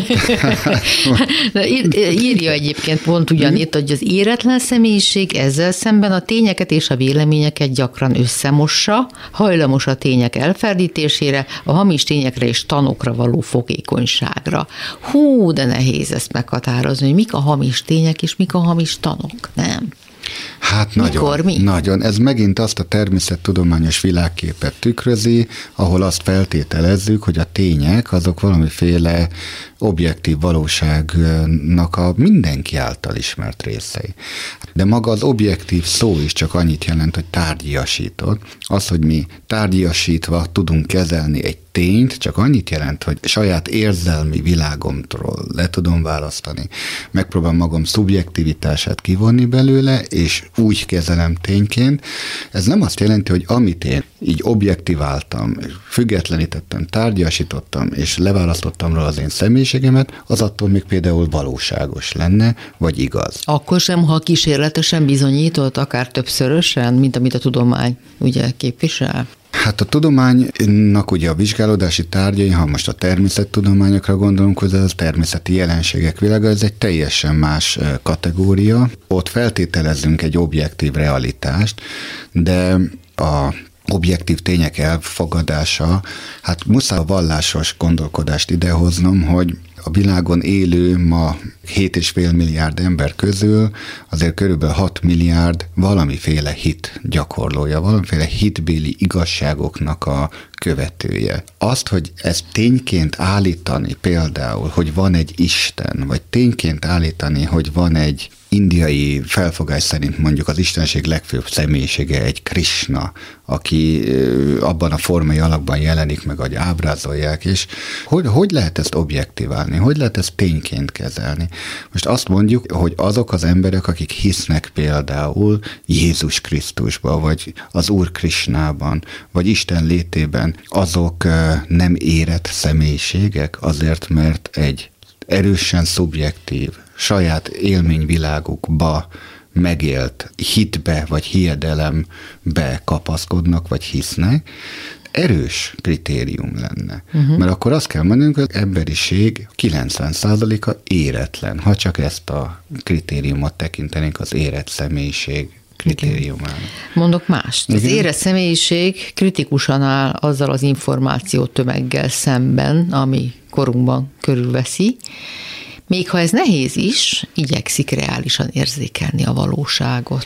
Speaker 3: Írja egyébként pont ugyanitt, hogy az éretlen személyiség ezzel szemben a tényeket és a véleményeket gyakran összemossa, hajlamos a tények elferdítésére, a hamis tényekre és tanokra való fogékonyságra. Hú, de nehéz ezt meghatározni, hogy mik a hamis tények és mik a hamis tanok, nem?
Speaker 5: Hát nagyon,
Speaker 3: Mikor, mi?
Speaker 5: nagyon. Ez megint azt a természettudományos világképet tükrözi, ahol azt feltételezzük, hogy a tények azok valamiféle objektív valóságnak a mindenki által ismert részei. De maga az objektív szó is csak annyit jelent, hogy tárgyiasított. Az, hogy mi tárgyiasítva tudunk kezelni egy tényt csak annyit jelent, hogy saját érzelmi világomtól le tudom választani. Megpróbálom magam szubjektivitását kivonni belőle, és úgy kezelem tényként. Ez nem azt jelenti, hogy amit én így objektiváltam, függetlenítettem, tárgyasítottam, és leválasztottam róla az én személyiségemet, az attól még például valóságos lenne, vagy igaz.
Speaker 3: Akkor sem, ha kísérletesen bizonyított, akár többszörösen, mint amit a tudomány ugye képvisel?
Speaker 5: Hát a tudománynak ugye a vizsgálódási tárgyai, ha most a természettudományokra gondolunk, hogy ez a természeti jelenségek világa, ez egy teljesen más kategória. Ott feltételezünk egy objektív realitást, de a objektív tények elfogadása, hát muszáj a vallásos gondolkodást idehoznom, hogy a világon élő ma hét és fél milliárd ember közül azért körülbelül hat milliárd valamiféle hit gyakorlója, valamiféle hitbéli igazságoknak a követője. Azt, hogy ezt tényként állítani például, hogy van egy Isten, vagy tényként állítani, hogy van egy indiai felfogás szerint mondjuk az istenség legfőbb személyisége egy Krishna, aki abban a formai alakban jelenik meg, hogy ábrázolják, és hogy, hogy lehet ezt objektiválni, hogy lehet ezt tényként kezelni? Most azt mondjuk, hogy azok az emberek, akik hisznek például Jézus Krisztusban, vagy az Úr Krishnában, vagy Isten létében, azok nem érett személyiségek azért, mert egy erősen szubjektív, saját élményvilágukba megélt hitbe vagy hiedelembe kapaszkodnak vagy hisznek, erős kritérium lenne. Uh-huh. Mert akkor azt kell mondanunk, hogy az emberiség kilencven százaléka éretlen, ha csak ezt a kritériumot tekintenénk az érett személyiség kritériumának.
Speaker 3: Mondok mást. Igen? Az érett személyiség kritikusan áll azzal az információ tömeggel szemben, ami korunkban körülveszi, még ha ez nehéz is, igyekszik reálisan érzékelni a valóságot.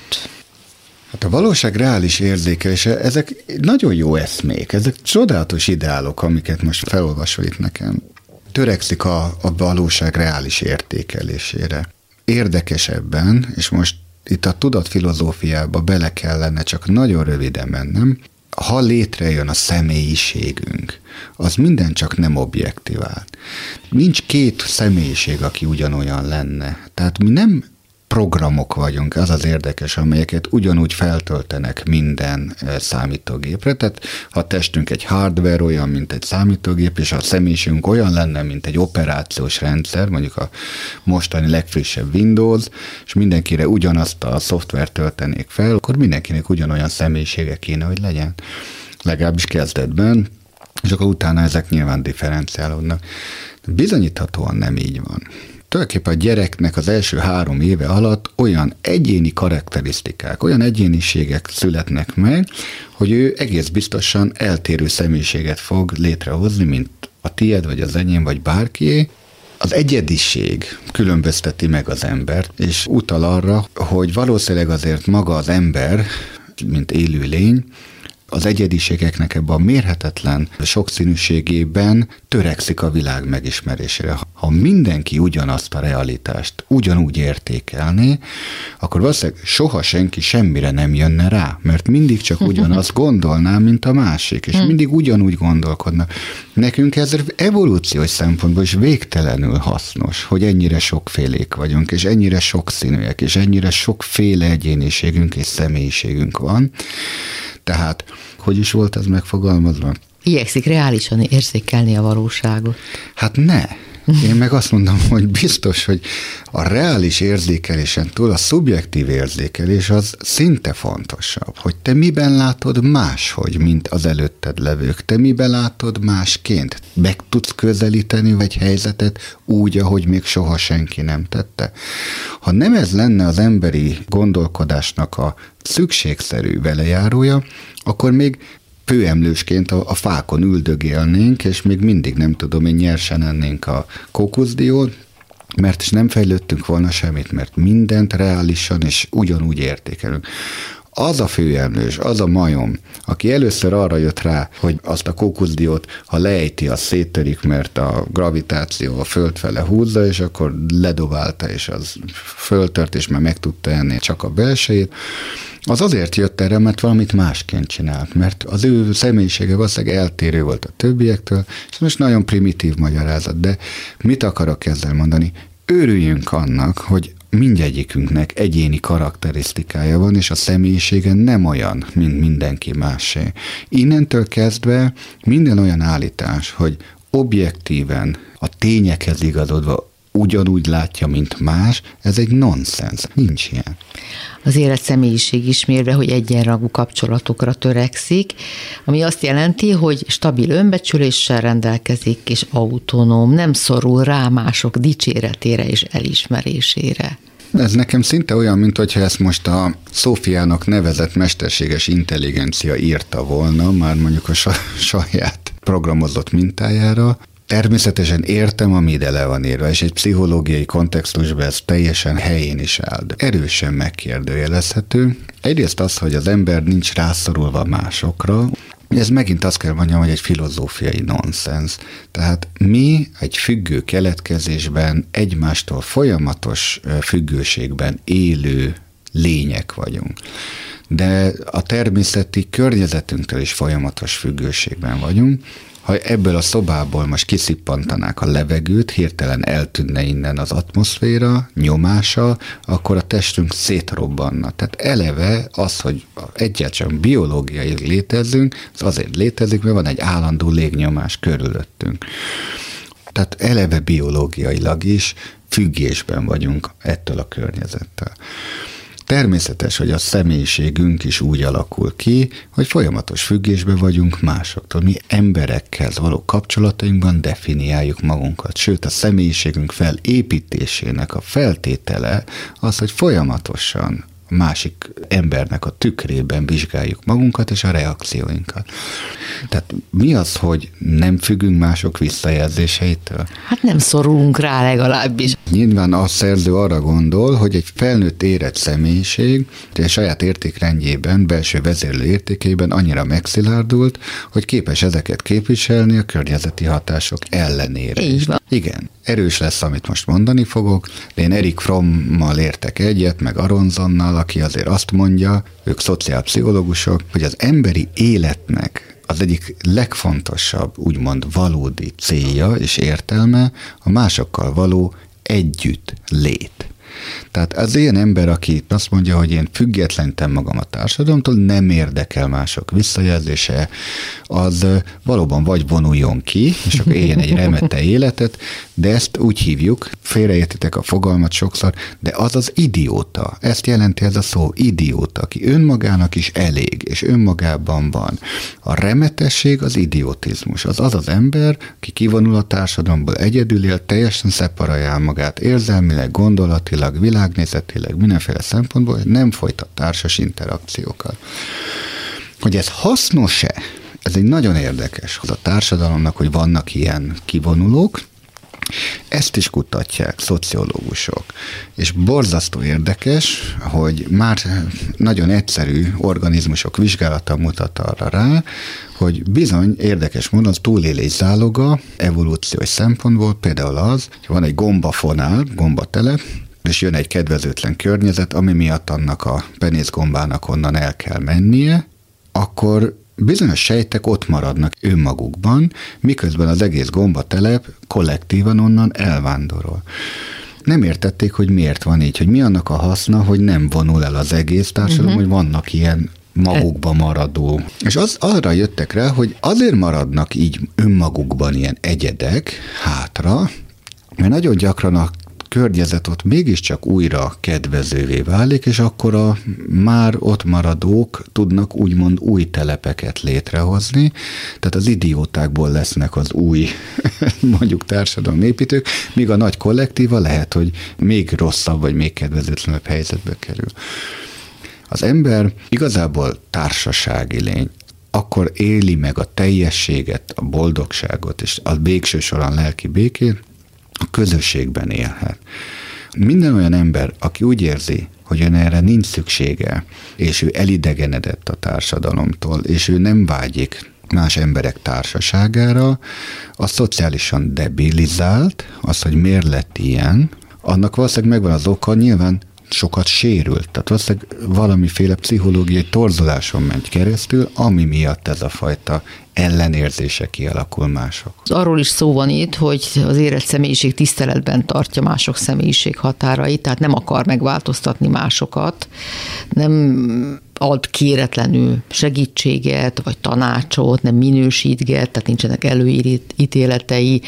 Speaker 5: Hát a valóság reális érzékelése, ezek nagyon jó eszmék, ezek csodálatos ideálok, amiket most felolvasol itt nekem. Törekszik a, a valóság reális értékelésére. Érdekesebben, és most itt a tudatfilozófiába bele kellene csak nagyon röviden mennem, ha létrejön a személyiségünk, az minden csak nem objektivált. Nincs két személyiség, aki ugyanolyan lenne. Tehát mi nem programok vagyunk, az az érdekes, amelyeket ugyanúgy feltöltenek minden számítógépre. Tehát ha a testünk egy hardware olyan, mint egy számítógép, és a személyiségünk olyan lenne, mint egy operációs rendszer, mondjuk a mostani legfrissebb Windows, és mindenkire ugyanazt a szoftvert töltenék fel, akkor mindenkinek ugyanolyan személyisége kéne, hogy legyen. Legalábbis kezdetben, és akkor utána ezek nyilván differenciálódnak. Bizonyíthatóan nem így van. Tulajdonképpen a gyereknek az első három éve alatt olyan egyéni karakterisztikák, olyan egyéniségek születnek meg, hogy ő egész biztosan eltérő személyiséget fog létrehozni, mint a tied, vagy az enyém, vagy bárkié. Az egyediség különbözteti meg az embert, és utal arra, hogy valószínűleg azért maga az ember, mint élőlény, az egyediségeknek ebben a mérhetetlen sokszínűségében törekszik a világ megismerésére. Ha mindenki ugyanazt a realitást ugyanúgy értékelné, akkor valószínűleg soha senki semmire nem jönne rá, mert mindig csak ugyanazt gondolná, mint a másik, és mindig ugyanúgy gondolkodna. Nekünk ez evolúciós szempontból is végtelenül hasznos, hogy ennyire sokfélék vagyunk, és ennyire sokszínűek, és ennyire sokféle egyéniségünk és személyiségünk van. Tehát, hogy is volt ez megfogalmazva?
Speaker 3: Igyekszik reálisan érzékelni a valóságot.
Speaker 5: Hát ne. Én meg azt mondom, hogy biztos, hogy a reális érzékelésen túl a szubjektív érzékelés az szinte fontosabb, hogy te miben látod máshogy, mint az előtted levők. Te miben látod másként? Meg tudsz közelíteni egy helyzetet úgy, ahogy még soha senki nem tette. Ha nem ez lenne az emberi gondolkodásnak a szükségszerű velejárója, akkor még főemlősként a, a fákon üldögélnénk, és még mindig nem tudom, én nyersen ennénk a kókuszdiót, mert is nem fejlődtünk volna semmit, mert mindent reálisan és ugyanúgy értékelünk. az a főemlős, az a majom, aki először arra jött rá, hogy azt a kókuszdiót, ha leejti, az széttörik, mert a gravitáció a föld fele húzza, és akkor ledobálta, és az föltört, és már meg tudta enni csak a belsejét, az azért jött erre, mert valamit másként csinált, mert az ő személyisége valószínűleg eltérő volt a többiektől, és most nagyon primitív magyarázat, de mit akarok ezzel mondani? Örüljünk annak, hogy mindegyikünknek egyéni karakterisztikája van, és a személyisége nem olyan, mint mindenki másé. Innentől kezdve minden olyan állítás, hogy objektíven a tényekhez igazodva ugyanúgy látja, mint más, ez egy nonsens. Nincs ilyen.
Speaker 3: Az élet személyiség ismérve, hogy egyenrangú kapcsolatokra törekszik, ami azt jelenti, hogy stabil önbecsüléssel rendelkezik, és autonóm, nem szorul rá mások dicséretére és elismerésére.
Speaker 5: Ez nekem szinte olyan, mint hogyha ezt most a Szófiának nevezett mesterséges intelligencia írta volna, már mondjuk a saját programozott mintájára. Természetesen értem, ami ide le van írva, és egy pszichológiai kontextusban ez teljesen helyén is áll, de erősen megkérdőjelezhető. Egyrészt az, hogy az ember nincs rászorulva másokra, ez megint azt kell mondjam, hogy egy filozófiai nonsens. Tehát mi egy függő keletkezésben egymástól folyamatos függőségben élő lények vagyunk. De a természeti környezetünktől is folyamatos függőségben vagyunk. Ha ebből a szobából most kiszippantanák a levegőt, hirtelen eltűnne innen az atmoszféra, nyomása, akkor a testünk szétrobbanna. Tehát eleve az, hogy egyáltalán biológiai létezünk, az azért létezik, mert van egy állandó légnyomás körülöttünk. Tehát eleve biológiailag is függésben vagyunk ettől a környezettel. Természetes, hogy a személyiségünk is úgy alakul ki, hogy folyamatos függésben vagyunk másoktól. Mi emberekkel való kapcsolatainkban definiáljuk magunkat, sőt a személyiségünk felépítésének a feltétele az, hogy folyamatosan a másik embernek a tükrében vizsgáljuk magunkat és a reakcióinkat. Tehát mi az, hogy nem függünk mások visszajelzéseitől?
Speaker 3: Hát nem szorulunk rá legalábbis.
Speaker 5: Nyilván a szerző arra gondol, hogy egy felnőtt érett személyiség a saját értékrendjében, belső vezérlő értékeiben annyira megszilárdult, hogy képes ezeket képviselni a környezeti hatások ellenére.
Speaker 3: Így van.
Speaker 5: Igen, erős lesz, amit most mondani fogok, de én Erik Frommmal értek egyet, meg Aronsonnal, aki azért azt mondja, ők szociálpszichológusok, hogy az emberi életnek az egyik legfontosabb, úgymond valódi célja és értelme a másokkal való együtt lét. Tehát az ilyen ember, aki azt mondja, hogy én függetlenítem magam a társadalomtól, nem érdekel mások visszajelzése, az valóban vagy vonuljon ki, és akkor éljen egy remete életet, de ezt úgy hívjuk, félreértitek a fogalmat sokszor, de az az idióta. Ezt jelenti ez a szó, idióta, aki önmagának is elég, és önmagában van. A remetesség az idiotizmus. Az az az ember, aki kivonul a társadalomból, egyedül él, teljesen szeparálja magát érzelmileg, gondolatilag, világnézetileg, mindenféle szempontból, nem folytat társas interakciókat. Hogy ez hasznos-e? Ez egy nagyon érdekes az a társadalomnak, hogy vannak ilyen kivonulók, ezt is kutatják szociológusok. És borzasztó érdekes, hogy már nagyon egyszerű organizmusok vizsgálata mutat arra rá, hogy bizony érdekes módon az túlélés záloga evolúciós szempontból például az, hogy van egy gombafonál, gombatele, és jön egy kedvezőtlen környezet, ami miatt annak a penészgombának onnan el kell mennie, akkor bizonyos sejtek ott maradnak önmagukban, miközben az egész gombatelep kollektívan onnan elvándorol. Nem értették, hogy miért van így, hogy mi annak a haszna, hogy nem vonul el az egész társadalom, uh-huh. hogy vannak ilyen magukba maradó. És az, arra jöttek rá, hogy azért maradnak így önmagukban ilyen egyedek hátra, mert nagyon gyakran a környezet ott mégiscsak újra kedvezővé válik, és akkor a már ott maradók tudnak úgymond új telepeket létrehozni, tehát az idiótákból lesznek az új, mondjuk társadalomépítők, míg a nagy kollektíva lehet, hogy még rosszabb, vagy még kedvezőtlenebb helyzetbe kerül. Az ember igazából társasági lény, akkor éli meg a teljességet, a boldogságot, és a végső soron lelki békét, a közösségben élhet. Minden olyan ember, aki úgy érzi, hogy ön erre nincs szüksége, és ő elidegenedett a társadalomtól, és ő nem vágyik más emberek társaságára, az szociálisan debilizált, az, hogy miért lett ilyen, annak valószínűleg megvan az oka, nyilván sokat sérült. Tehát valószínűleg valamiféle pszichológiai torzuláson ment keresztül, ami miatt ez a fajta ellenérzése kialakul mások.
Speaker 3: Arról is szó van itt, hogy az érett személyiség tiszteletben tartja mások személyiség határait, tehát nem akar megváltoztatni másokat, nem ad kéretlenül segítséget, vagy tanácsot, nem minősítget, tehát nincsenek előítéletei,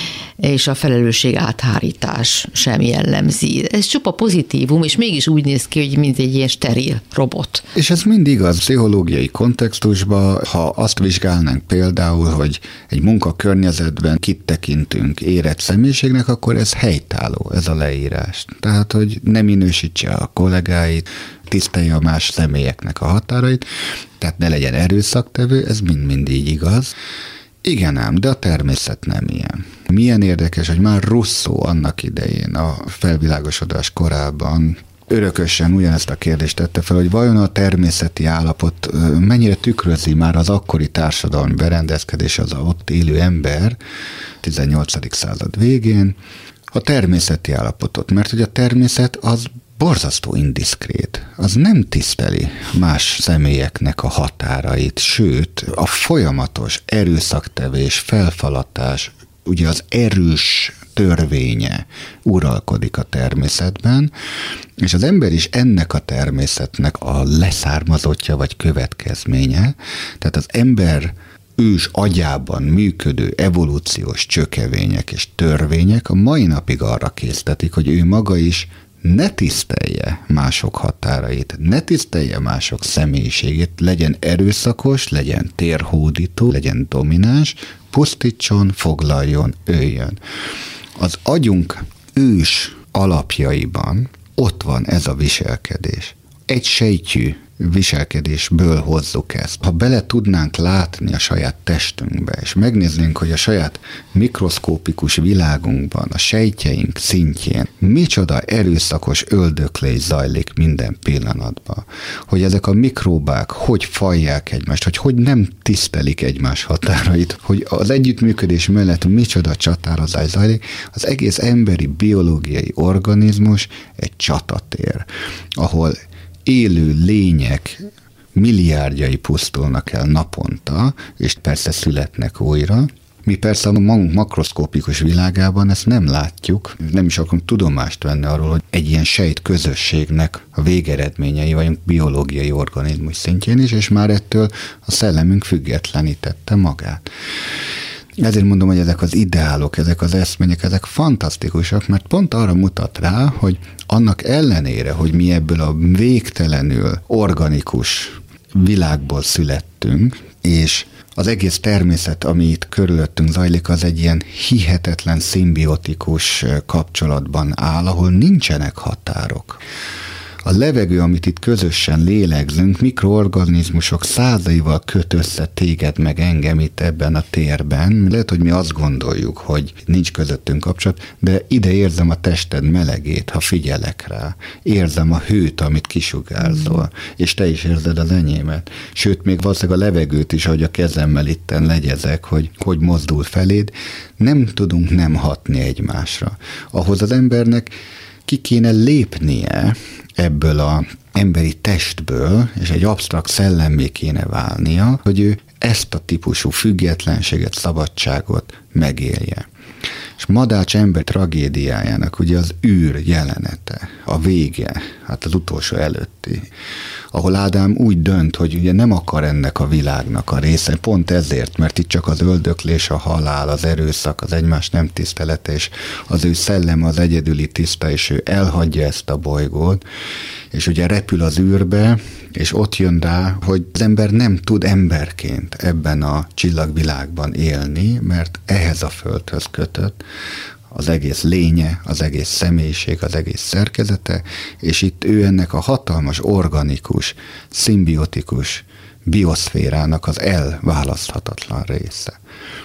Speaker 3: és a felelősség áthárítás sem jellemzi. Ez csupa pozitívum, és mégis úgy néz ki, hogy mint egy ilyen steril robot.
Speaker 5: És ez mind igaz pszichológiai kontextusban, ha azt vizsgálnánk például, hogy egy munkakörnyezetben kit tekintünk érett személyiségnek, akkor ez helytálló, ez a leírás. Tehát, hogy ne minősítse a kollégáit, tisztelje a más személyeknek a határait, tehát ne legyen erőszaktevő, ez mind-mind így igaz. Igen ám, de a természet nem ilyen. Milyen érdekes, hogy már Rousseau annak idején, a felvilágosodás korában örökösen ugyanezt a kérdést tette fel, hogy vajon a természeti állapot mennyire tükrözi már az akkori társadalmi berendezkedés, az a ott élő ember tizennyolcadik század végén, a természeti állapotot, mert hogy a természet az borzasztó indiszkrét. Az nem tiszteli más személyeknek a határait, sőt, a folyamatos erőszaktevés, felfalatás, ugye az erős törvénye uralkodik a természetben, és az ember is ennek a természetnek a leszármazottja vagy következménye, tehát az ember ős agyában működő evolúciós csökevények és törvények a mai napig arra késztetik, hogy ő maga is ne tisztelje mások határait, ne tisztelje mások személyiségét, legyen erőszakos, legyen térhódító, legyen domináns, pusztítson, foglaljon, öljön. Az agyunk ős alapjaiban ott van ez a viselkedés. Egy sejtjű viselkedésből hozzuk ezt. Ha bele tudnánk látni a saját testünkbe, és megnéznénk, hogy a saját mikroszkópikus világunkban, a sejtjeink szintjén micsoda erőszakos öldöklés zajlik minden pillanatban, hogy ezek a mikróbák hogy fajják egymást, hogy hogy nem tisztelik egymás határait, hogy az együttműködés mellett micsoda csatározás zajlik, az egész emberi biológiai organizmus egy csatatér, ahol élő lények milliárdjai pusztulnak el naponta, és persze születnek újra. Mi persze a magunk makroszkópikus világában ezt nem látjuk, nem is akarunk tudomást venni arról, hogy egy ilyen sejt közösségnek a végeredményei vagyunk biológiai organizmus szintjén is, és már ettől a szellemünk függetlenítette magát. Ezért mondom, hogy ezek az ideálok, ezek az eszmények, ezek fantasztikusak, mert pont arra mutat rá, hogy annak ellenére, hogy mi ebből a végtelenül organikus világból születtünk, és az egész természet, ami itt körülöttünk zajlik, az egy ilyen hihetetlen szimbiotikus kapcsolatban áll, ahol nincsenek határok. A levegő, amit itt közösen lélegzünk, mikroorganizmusok százaival köt össze téged meg engem itt ebben a térben. Lehet, hogy mi azt gondoljuk, hogy nincs közöttünk kapcsolat, de ide érzem a tested melegét, ha figyelek rá. Érzem a hőt, amit kisugárzol, és te is érzed az enyémet. Sőt, még valószínűleg a levegőt is, ahogy a kezemmel itten legyezek, hogy hogy mozdul feléd. Nem tudunk nem hatni egymásra. Ahhoz az embernek ki kéne lépnie ebből az emberi testből, és egy absztrakt szellemmé kéne válnia, hogy ő ezt a típusú függetlenséget, szabadságot megélje. És Madács ember tragédiájának ugye az űr jelenete, a vége, hát az utolsó előtti, ahol Ádám úgy dönt, hogy ugye nem akar ennek a világnak a része, pont ezért, mert itt csak az öldöklés, a halál, az erőszak, az egymás nem tisztelete, és az ő szellem az egyedüli tiszta, és ő elhagyja ezt a bolygót, és ugye repül az űrbe, és ott jön rá, hogy az ember nem tud emberként ebben a csillagvilágban élni, mert ehhez a földhöz kötött az egész lénye, az egész személyiség, az egész szerkezete, és itt ő ennek a hatalmas, organikus, szimbiotikus bioszférának az elválaszthatatlan része.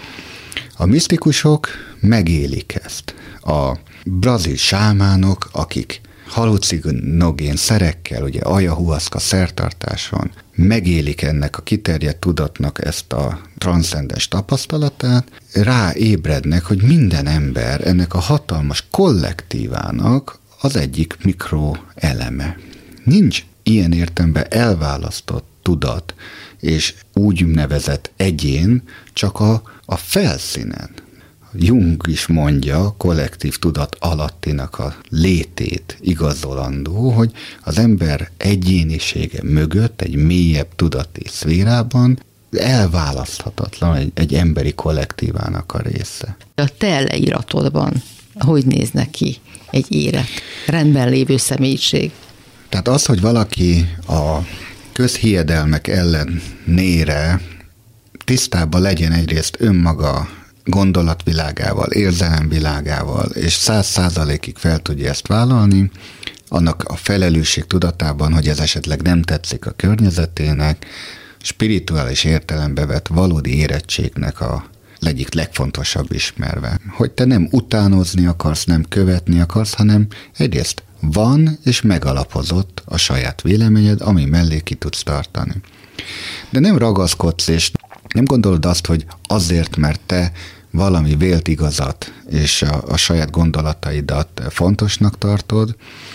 Speaker 5: A misztikusok megélik ezt. A brazil sámánok, akik halucinogén szerekkel, ugye ayahuasca szertartáson megélik ennek a kiterjedt tudatnak ezt a transzcendens tapasztalatát, ráébrednek, hogy minden ember ennek a hatalmas kollektívának az egyik mikroeleme. Nincs ilyen értelemben elválasztott tudat és úgy nevezett egyén, csak a, a felszínen. Jung is mondja, kollektív tudat alattinak a létét igazolandó, hogy az ember egyénisége mögött, egy mélyebb tudati szférában elválaszthatatlan egy, egy emberi kollektívának a része.
Speaker 3: A te leíratodban hogy néznek ki egy érett, rendben lévő személyiség?
Speaker 5: Tehát az, hogy valaki a közhiedelmek ellenére tisztában legyen egyrészt önmaga gondolatvilágával, érzelemvilágával, és száz százalékig fel tudja ezt vállalni, annak a felelősség tudatában, hogy ez esetleg nem tetszik a környezetének, spirituális értelembe vett valódi érettségnek a egyik legfontosabb ismerve. Hogy te nem utánozni akarsz, nem követni akarsz, hanem egyrészt van és megalapozott a saját véleményed, ami mellé ki tudsz tartani. De nem ragaszkodsz, és nem gondolod azt, hogy azért, mert te valami vélt igazat és a, a saját gondolataidat fontosnak tartod,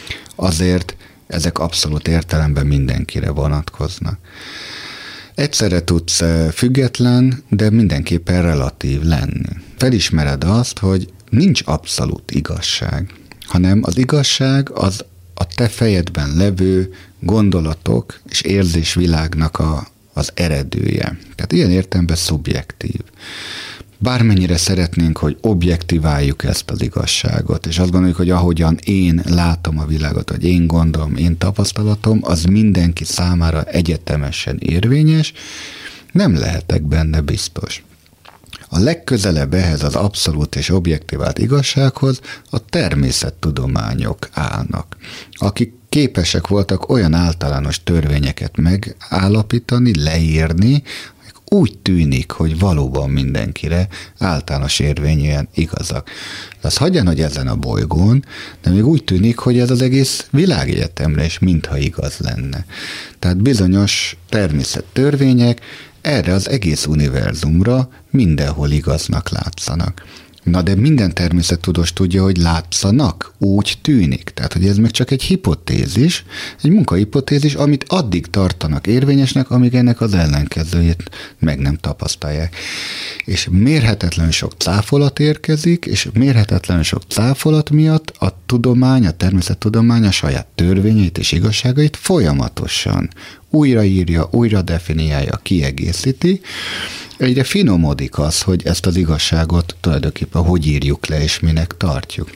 Speaker 5: azért ezek abszolút értelemben mindenkire vonatkoznak. Egyszerre tudsz független, de mindenképpen relatív lenni. Felismered azt, hogy nincs abszolút igazság, hanem az igazság az a te fejedben levő gondolatok és érzésvilágnak a, az eredője. Tehát ilyen értelemben szubjektív. Bármennyire szeretnénk, hogy objektiváljuk ezt az igazságot, és azt gondoljuk, hogy ahogyan én látom a világot, vagy én gondolom, én tapasztalatom, az mindenki számára egyetemesen érvényes, nem lehetek benne biztos. A legközelebb ehhez az abszolút és objektivált igazsághoz a természettudományok állnak, akik képesek voltak olyan általános törvényeket megállapítani, leírni, úgy tűnik, hogy valóban mindenkire általános érvényűen igazak. De az hagyjan, hogy ezen a bolygón, de még úgy tűnik, hogy ez az egész világegyetemre is mintha igaz lenne. Tehát bizonyos természettörvények erre az egész univerzumra mindenhol igaznak látszanak. Na de minden természettudós tudja, hogy látszanak, úgy tűnik. Tehát, hogy ez még csak egy hipotézis, egy munkahipotézis, amit addig tartanak érvényesnek, amíg ennek az ellenkezőjét meg nem tapasztalják. És mérhetetlen sok cáfolat érkezik, és mérhetetlen sok cáfolat miatt a tudomány, a természettudomány a saját törvényeit és igazságait folyamatosan újraírja, újra definiálja, kiegészíti. Egyre finomodik az, hogy ezt az igazságot tulajdonképpen hogy írjuk le, és minek tartjuk.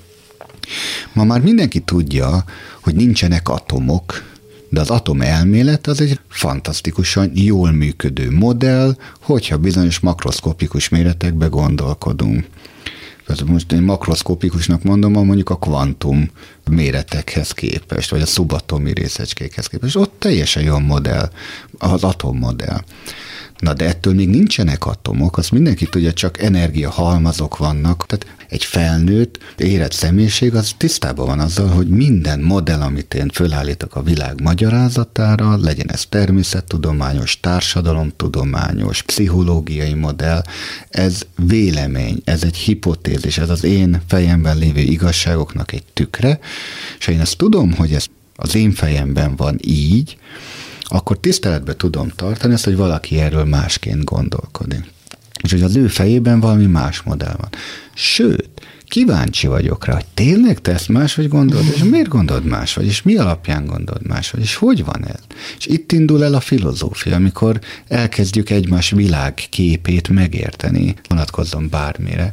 Speaker 5: Ma már mindenki tudja, hogy nincsenek atomok, de az atomelmélet az egy fantasztikusan jól működő modell, hogyha bizonyos makroszkopikus méretekbe gondolkodunk. Most én makroszkopikusnak mondom, mondjuk a kvantum méretekhez képest, vagy a szubatomi részecskékhez képest. Ott teljesen jó modell, az atommodell. Na de ettől még nincsenek atomok, azt mindenki tudja, csak energiahalmazok vannak. Tehát egy felnőtt, érett személyiség az tisztában van azzal, hogy minden modell, amit én fölállítok a világ magyarázatára, legyen ez természettudományos, társadalomtudományos, pszichológiai modell, ez vélemény, ez egy hipotézis, ez az én fejemben lévő igazságoknak egy tükre, és én ezt tudom, hogy ez az én fejemben van így, akkor tiszteletbe tudom tartani ezt, hogy valaki erről másként gondolkodik. És hogy az ő fejében valami más modell van. Sőt, kíváncsi vagyok rá, hogy tényleg te ezt máshogy gondolod, és miért gondolod máshogy, és mi alapján gondolod máshogy, és hogy van ez? És itt indul el a filozófia, amikor elkezdjük egymás világképét megérteni, vonatkozzon bármire.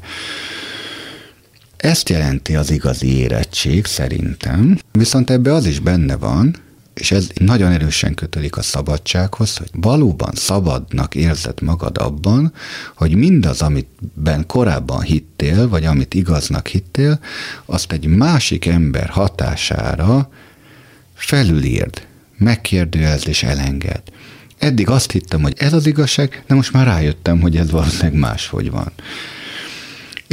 Speaker 5: Ezt jelenti az igazi érettség szerintem, viszont ebbe az is benne van, és ez nagyon erősen kötődik a szabadsághoz, hogy valóban szabadnak érzed magad abban, hogy mindaz, amitben korábban hittél, vagy amit igaznak hittél, azt egy másik ember hatására felülírd, megkérdőjelezd és elenged. Eddig azt hittem, hogy ez az igazság, de most már rájöttem, hogy ez valószínűleg máshogy van.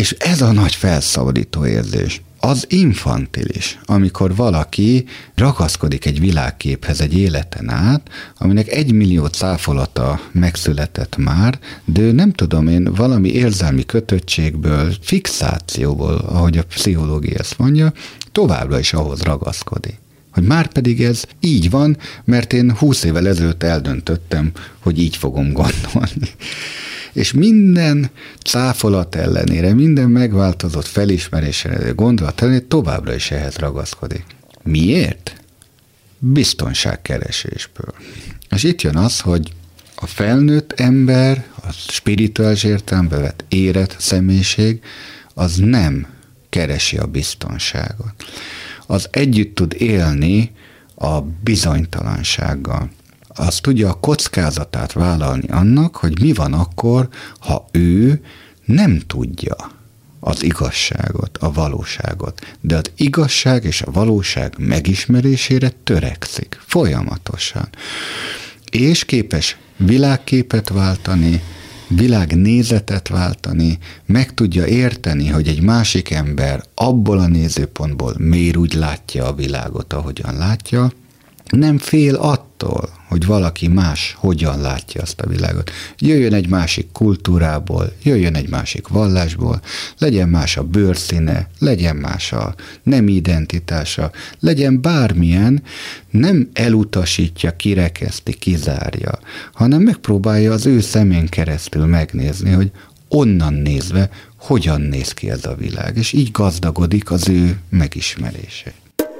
Speaker 5: És ez a nagy felszabadító érzés. Az infantilis, amikor valaki ragaszkodik egy világképhez egy életen át, aminek egy millió cáfolata megszületett már, de ő nem tudom én, valami érzelmi kötöttségből, fixációból, ahogy a pszichológia ezt mondja, továbbra is ahhoz ragaszkodik. Hogy már pedig ez így van, mert én húsz évvel ezelőtt eldöntöttem, hogy így fogom gondolni. És minden cáfolat ellenére, minden megváltozott felismerésre, gondolat ellenére továbbra is ehhez ragaszkodik. Miért? Biztonságkeresésből. És itt jön az, hogy a felnőtt ember, a spirituális értelembe vett érett személyiség, az nem keresi a biztonságot. Az együtt tud élni a bizonytalansággal. Az tudja a kockázatát vállalni annak, hogy mi van akkor, ha ő nem tudja az igazságot, a valóságot, de az igazság és a valóság megismerésére törekszik folyamatosan. És képes világképet váltani, világnézetet váltani, meg tudja érteni, hogy egy másik ember abból a nézőpontból miért úgy látja a világot, ahogyan látja, nem fél attól, hogy valaki más hogyan látja azt a világot. Jöjjön egy másik kultúrából, jöjjön egy másik vallásból, legyen más a bőrszíne, legyen más a nemi identitása, legyen bármilyen, nem elutasítja, kirekeszti, kizárja, hanem megpróbálja az ő szemén keresztül megnézni, hogy onnan nézve hogyan néz ki ez a világ, és így gazdagodik az ő megismerése.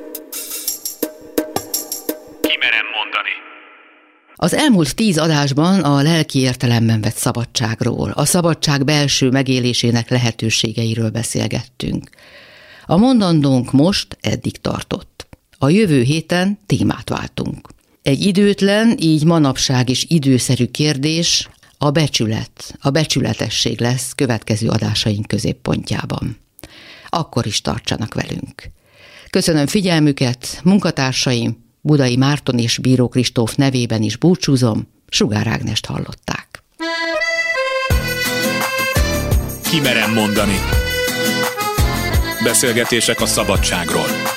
Speaker 3: Az elmúlt tíz adásban a lelki értelemben vett szabadságról, a szabadság belső megélésének lehetőségeiről beszélgettünk. A mondandónk most eddig tartott. A jövő héten témát váltunk. Egy időtlen, így manapság is időszerű kérdés, a becsület, a becsületesség lesz következő adásaink középpontjában. Akkor is tartsanak velünk. Köszönöm figyelmüket, munkatársaim, Budai Márton és Bíró Kristóf nevében is búcsúzom, Sugár Ágnest hallották.
Speaker 2: Ki merem mondani. Beszélgetések a szabadságról.